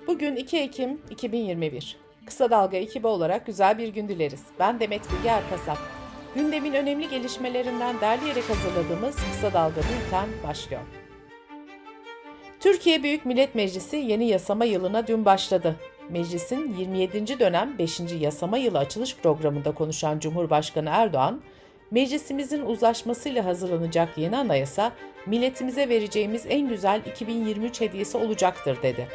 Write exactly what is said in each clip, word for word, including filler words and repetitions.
Bugün iki Ekim iki bin yirmi bir. Kısa Dalga ekibi olarak güzel bir gün dileriz. Ben Demet Bilge Erkasap. Gündemin önemli gelişmelerinden derleyerek hazırladığımız Kısa Dalga Bülten başlıyor. Türkiye Büyük Millet Meclisi yeni yasama yılına dün başladı. Meclisin yirmi yedinci dönem beşinci yasama yılı açılış programında konuşan Cumhurbaşkanı Erdoğan, meclisimizin uzlaşmasıyla hazırlanacak yeni anayasa, milletimize vereceğimiz en güzel iki bin yirmi üç hediyesi olacaktır dedi.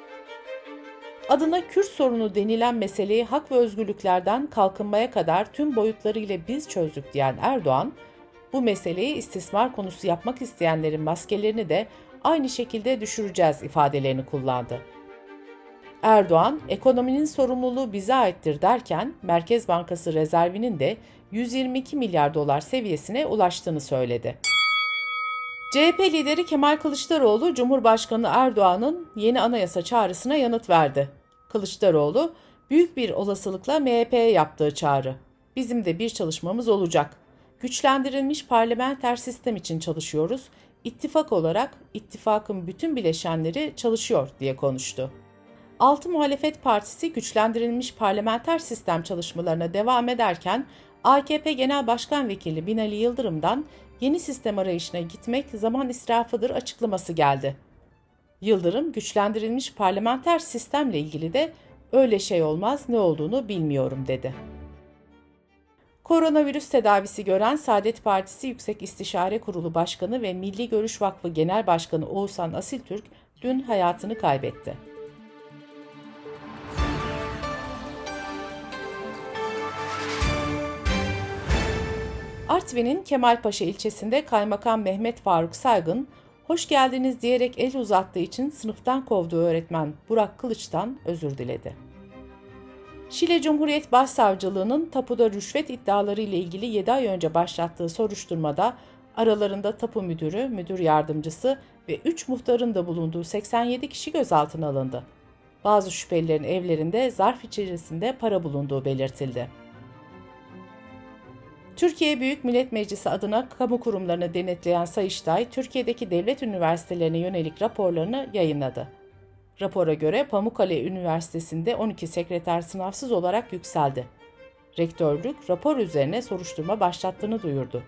Adına Kürt sorunu denilen meseleyi hak ve özgürlüklerden kalkınmaya kadar tüm boyutlarıyla biz çözdük diyen Erdoğan, bu meseleyi istismar konusu yapmak isteyenlerin maskelerini de aynı şekilde düşüreceğiz ifadelerini kullandı. Erdoğan, ekonominin sorumluluğu bize aittir derken Merkez Bankası rezervinin de yüz yirmi iki milyar dolar seviyesine ulaştığını söyledi. C H P lideri Kemal Kılıçdaroğlu, Cumhurbaşkanı Erdoğan'ın yeni anayasa çağrısına yanıt verdi. Kılıçdaroğlu, büyük bir olasılıkla M H P'ye yaptığı çağrı. Bizim de bir çalışmamız olacak. Güçlendirilmiş parlamenter sistem için çalışıyoruz. İttifak olarak ittifakın bütün bileşenleri çalışıyor diye konuştu. Altı Muhalefet Partisi güçlendirilmiş parlamenter sistem çalışmalarına devam ederken A K P Genel Başkan Vekili Binali Yıldırım'dan yeni sistem arayışına gitmek zaman israfıdır açıklaması geldi. Yıldırım, güçlendirilmiş parlamenter sistemle ilgili de öyle şey olmaz, ne olduğunu bilmiyorum dedi. Koronavirüs tedavisi gören Saadet Partisi Yüksek İstişare Kurulu Başkanı ve Milli Görüş Vakfı Genel Başkanı Oğuzhan Asiltürk dün hayatını kaybetti. Artvin'in Kemalpaşa ilçesinde Kaymakam Mehmet Faruk Saygın, hoş geldiniz diyerek el uzattığı için sınıftan kovduğu öğretmen Burak Kılıç'tan özür diledi. Şile Cumhuriyet Başsavcılığı'nın tapuda rüşvet iddiaları ile ilgili yedi ay önce başlattığı soruşturmada aralarında tapu müdürü, müdür yardımcısı ve üç muhtarın da bulunduğu seksen yedi kişi gözaltına alındı. Bazı şüphelilerin evlerinde zarf içerisinde para bulunduğu belirtildi. Türkiye Büyük Millet Meclisi adına kamu kurumlarını denetleyen Sayıştay, Türkiye'deki devlet üniversitelerine yönelik raporlarını yayınladı. Rapora göre Pamukkale Üniversitesi'nde on iki sekreter sınavsız olarak yükseldi. Rektörlük, rapor üzerine soruşturma başlattığını duyurdu.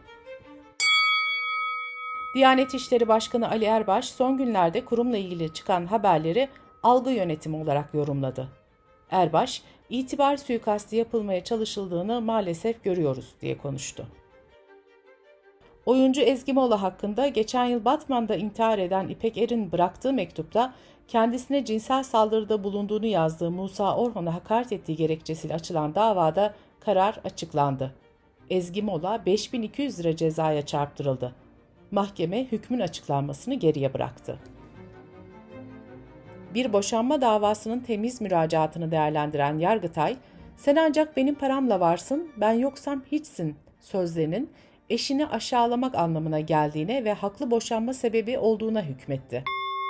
Diyanet İşleri Başkanı Ali Erbaş, son günlerde kurumla ilgili çıkan haberleri algı yönetimi olarak yorumladı. Erbaş, itibar suikastı yapılmaya çalışıldığını maalesef görüyoruz diye konuştu. Oyuncu Ezgi Mola hakkında geçen yıl Batman'da intihar eden İpek Er'in bıraktığı mektupta kendisine cinsel saldırıda bulunduğunu yazdığı Musa Orhan'a hakaret ettiği gerekçesiyle açılan davada karar açıklandı. Ezgi Mola beş bin iki yüz lira cezaya çarptırıldı. Mahkeme hükmün açıklanmasını geriye bıraktı. Bir boşanma davasının temiz müracaatını değerlendiren Yargıtay, "Sen ancak benim paramla varsın, ben yoksam hiçsin" sözlerinin eşini aşağılamak anlamına geldiğine ve haklı boşanma sebebi olduğuna hükmetti.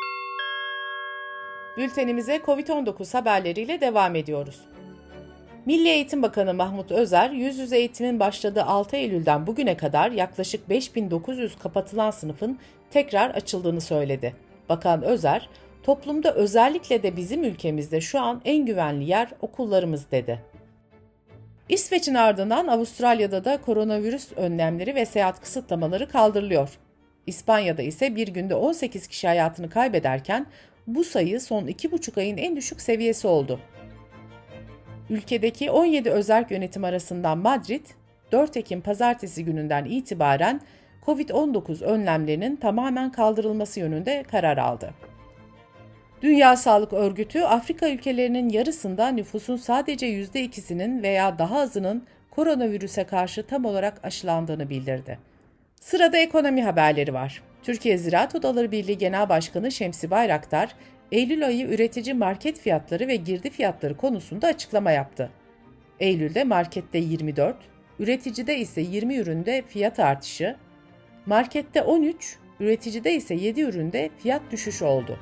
Bültenimize kovid on dokuz haberleriyle devam ediyoruz. Milli Eğitim Bakanı Mahmut Özer, yüz yüze eğitimin başladığı altı Eylül'den bugüne kadar yaklaşık beş bin dokuz yüz kapatılan sınıfın tekrar açıldığını söyledi. Bakan Özer, "Toplumda özellikle de bizim ülkemizde şu an en güvenli yer okullarımız" dedi. İsveç'in ardından Avustralya'da da koronavirüs önlemleri ve seyahat kısıtlamaları kaldırılıyor. İspanya'da ise bir günde on sekiz kişi hayatını kaybederken bu sayı son iki buçuk ayın en düşük seviyesi oldu. Ülkedeki on yedi özerk yönetim arasından Madrid, dört Ekim pazartesi gününden itibaren kovid on dokuz önlemlerinin tamamen kaldırılması yönünde karar aldı. Dünya Sağlık Örgütü, Afrika ülkelerinin yarısında nüfusun sadece yüzde ikisinin veya daha azının koronavirüse karşı tam olarak aşılandığını bildirdi. Sırada ekonomi haberleri var. Türkiye Ziraat Odaları Birliği Genel Başkanı Şemsi Bayraktar, Eylül ayı üretici market fiyatları ve girdi fiyatları konusunda açıklama yaptı. Eylül'de markette yirmi dört, üreticide ise yirmi üründe fiyat artışı, markette on üç, üreticide ise yedi üründe fiyat düşüşü oldu.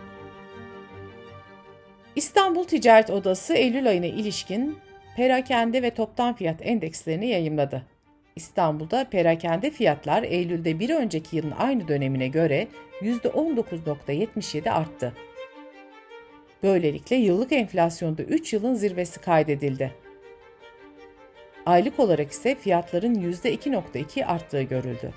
İstanbul Ticaret Odası Eylül ayına ilişkin perakende ve toptan fiyat endekslerini yayımladı. İstanbul'da perakende fiyatlar Eylül'de bir önceki yılın aynı dönemine göre yüzde on dokuz virgül yetmiş yedi arttı. Böylelikle yıllık enflasyonda üç yılın zirvesi kaydedildi. Aylık olarak ise fiyatların yüzde iki virgül iki arttığı görüldü.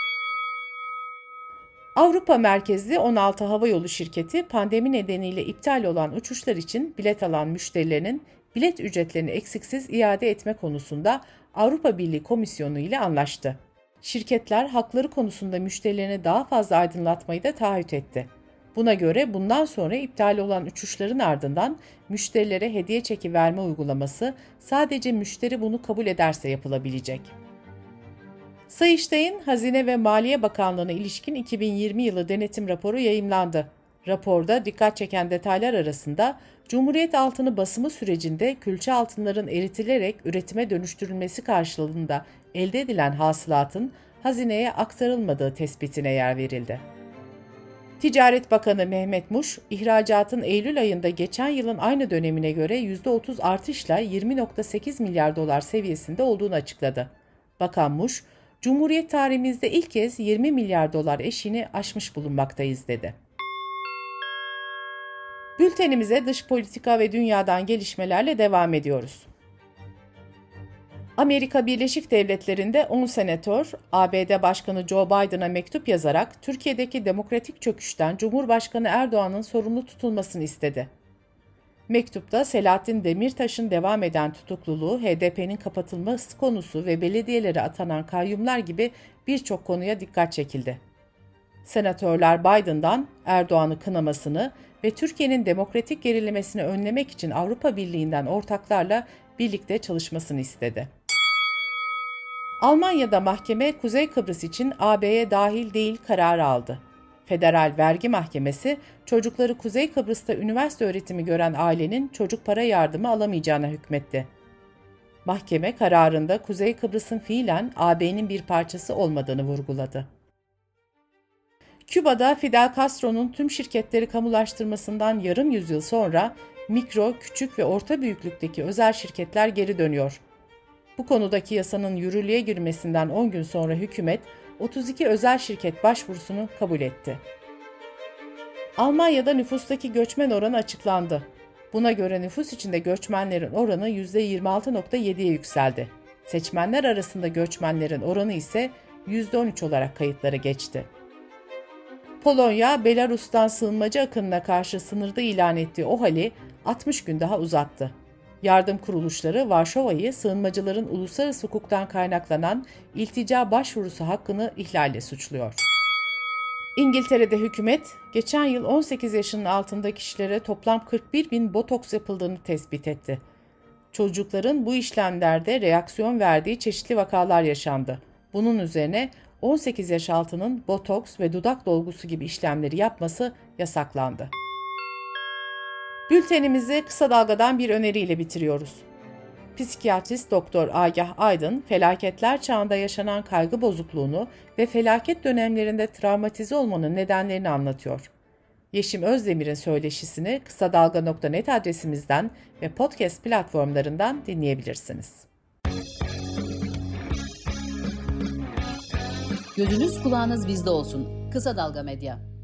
Avrupa merkezli on altı havayolu şirketi pandemi nedeniyle iptal olan uçuşlar için bilet alan müşterilerinin bilet ücretlerini eksiksiz iade etme konusunda Avrupa Birliği Komisyonu ile anlaştı. Şirketler hakları konusunda müşterilerini daha fazla aydınlatmayı da taahhüt etti. Buna göre bundan sonra iptal olan uçuşların ardından müşterilere hediye çeki verme uygulaması sadece müşteri bunu kabul ederse yapılabilecek. Sayıştay'ın Hazine ve Maliye Bakanlığı'na ilişkin iki bin yirmi yılı denetim raporu yayımlandı. Raporda dikkat çeken detaylar arasında Cumhuriyet altını basımı sürecinde külçe altınların eritilerek üretime dönüştürülmesi karşılığında elde edilen hasılatın hazineye aktarılmadığı tespitine yer verildi. Ticaret Bakanı Mehmet Muş, ihracatın Eylül ayında geçen yılın aynı dönemine göre yüzde otuz artışla yirmi virgül sekiz milyar dolar seviyesinde olduğunu açıkladı. Bakan Muş, Cumhuriyet tarihimizde ilk kez yirmi milyar dolar eşiğini aşmış bulunmaktayız dedi. Bültenimize dış politika ve dünyadan gelişmelerle devam ediyoruz. Amerika Birleşik Devletleri'nde on senatör, A B D Başkanı Joe Biden'a mektup yazarak Türkiye'deki demokratik çöküşten Cumhurbaşkanı Erdoğan'ın sorumlu tutulmasını istedi. Mektupta Selahattin Demirtaş'ın devam eden tutukluluğu, H D P'nin kapatılması konusu ve belediyelere atanan kayyumlar gibi birçok konuya dikkat çekildi. Senatörler Biden'dan Erdoğan'ı kınamasını ve Türkiye'nin demokratik gerilemesini önlemek için Avrupa Birliği'nden ortaklarla birlikte çalışmasını istedi. Almanya'da mahkeme Kuzey Kıbrıs için A B'ye dahil değil kararı aldı. Federal Vergi Mahkemesi, çocukları Kuzey Kıbrıs'ta üniversite öğretimi gören ailenin çocuk para yardımı alamayacağına hükmetti. Mahkeme kararında Kuzey Kıbrıs'ın fiilen A B'nin bir parçası olmadığını vurguladı. Küba'da Fidel Castro'nun tüm şirketleri kamulaştırmasından yarım yüzyıl sonra mikro, küçük ve orta büyüklükteki özel şirketler geri dönüyor. Bu konudaki yasanın yürürlüğe girmesinden on gün sonra hükümet otuz iki özel şirket başvurusunu kabul etti. Almanya'da nüfustaki göçmen oranı açıklandı. Buna göre nüfus içinde göçmenlerin oranı yüzde yirmi altı virgül yediye yükseldi. Seçmenler arasında göçmenlerin oranı ise yüzde on üç olarak kayıtlara geçti. Polonya, Belarus'tan sığınmacı akınına karşı sınırda ilan ettiği OHAL'i altmış gün daha uzattı. Yardım kuruluşları Varşova'yı sığınmacıların uluslararası hukuktan kaynaklanan iltica başvurusu hakkını ihlalle suçluyor. İngiltere'de hükümet, geçen yıl on sekiz yaşının altında kişilere toplam kırk bir bin botoks yapıldığını tespit etti. Çocukların bu işlemlerde reaksiyon verdiği çeşitli vakalar yaşandı. Bunun üzerine on sekiz yaş altının botoks ve dudak dolgusu gibi işlemleri yapması yasaklandı. Bültenimizi kısa dalgadan bir öneriyle bitiriyoruz. Psikiyatrist Doktor Agah Aydın, felaketler çağında yaşanan kaygı bozukluğunu ve felaket dönemlerinde travmatize olmanın nedenlerini anlatıyor. Yeşim Özdemir'in söyleşisini kısa dalga nokta net adresimizden ve podcast platformlarından dinleyebilirsiniz. Gözünüz kulağınız bizde olsun. Kısa Dalga Medya.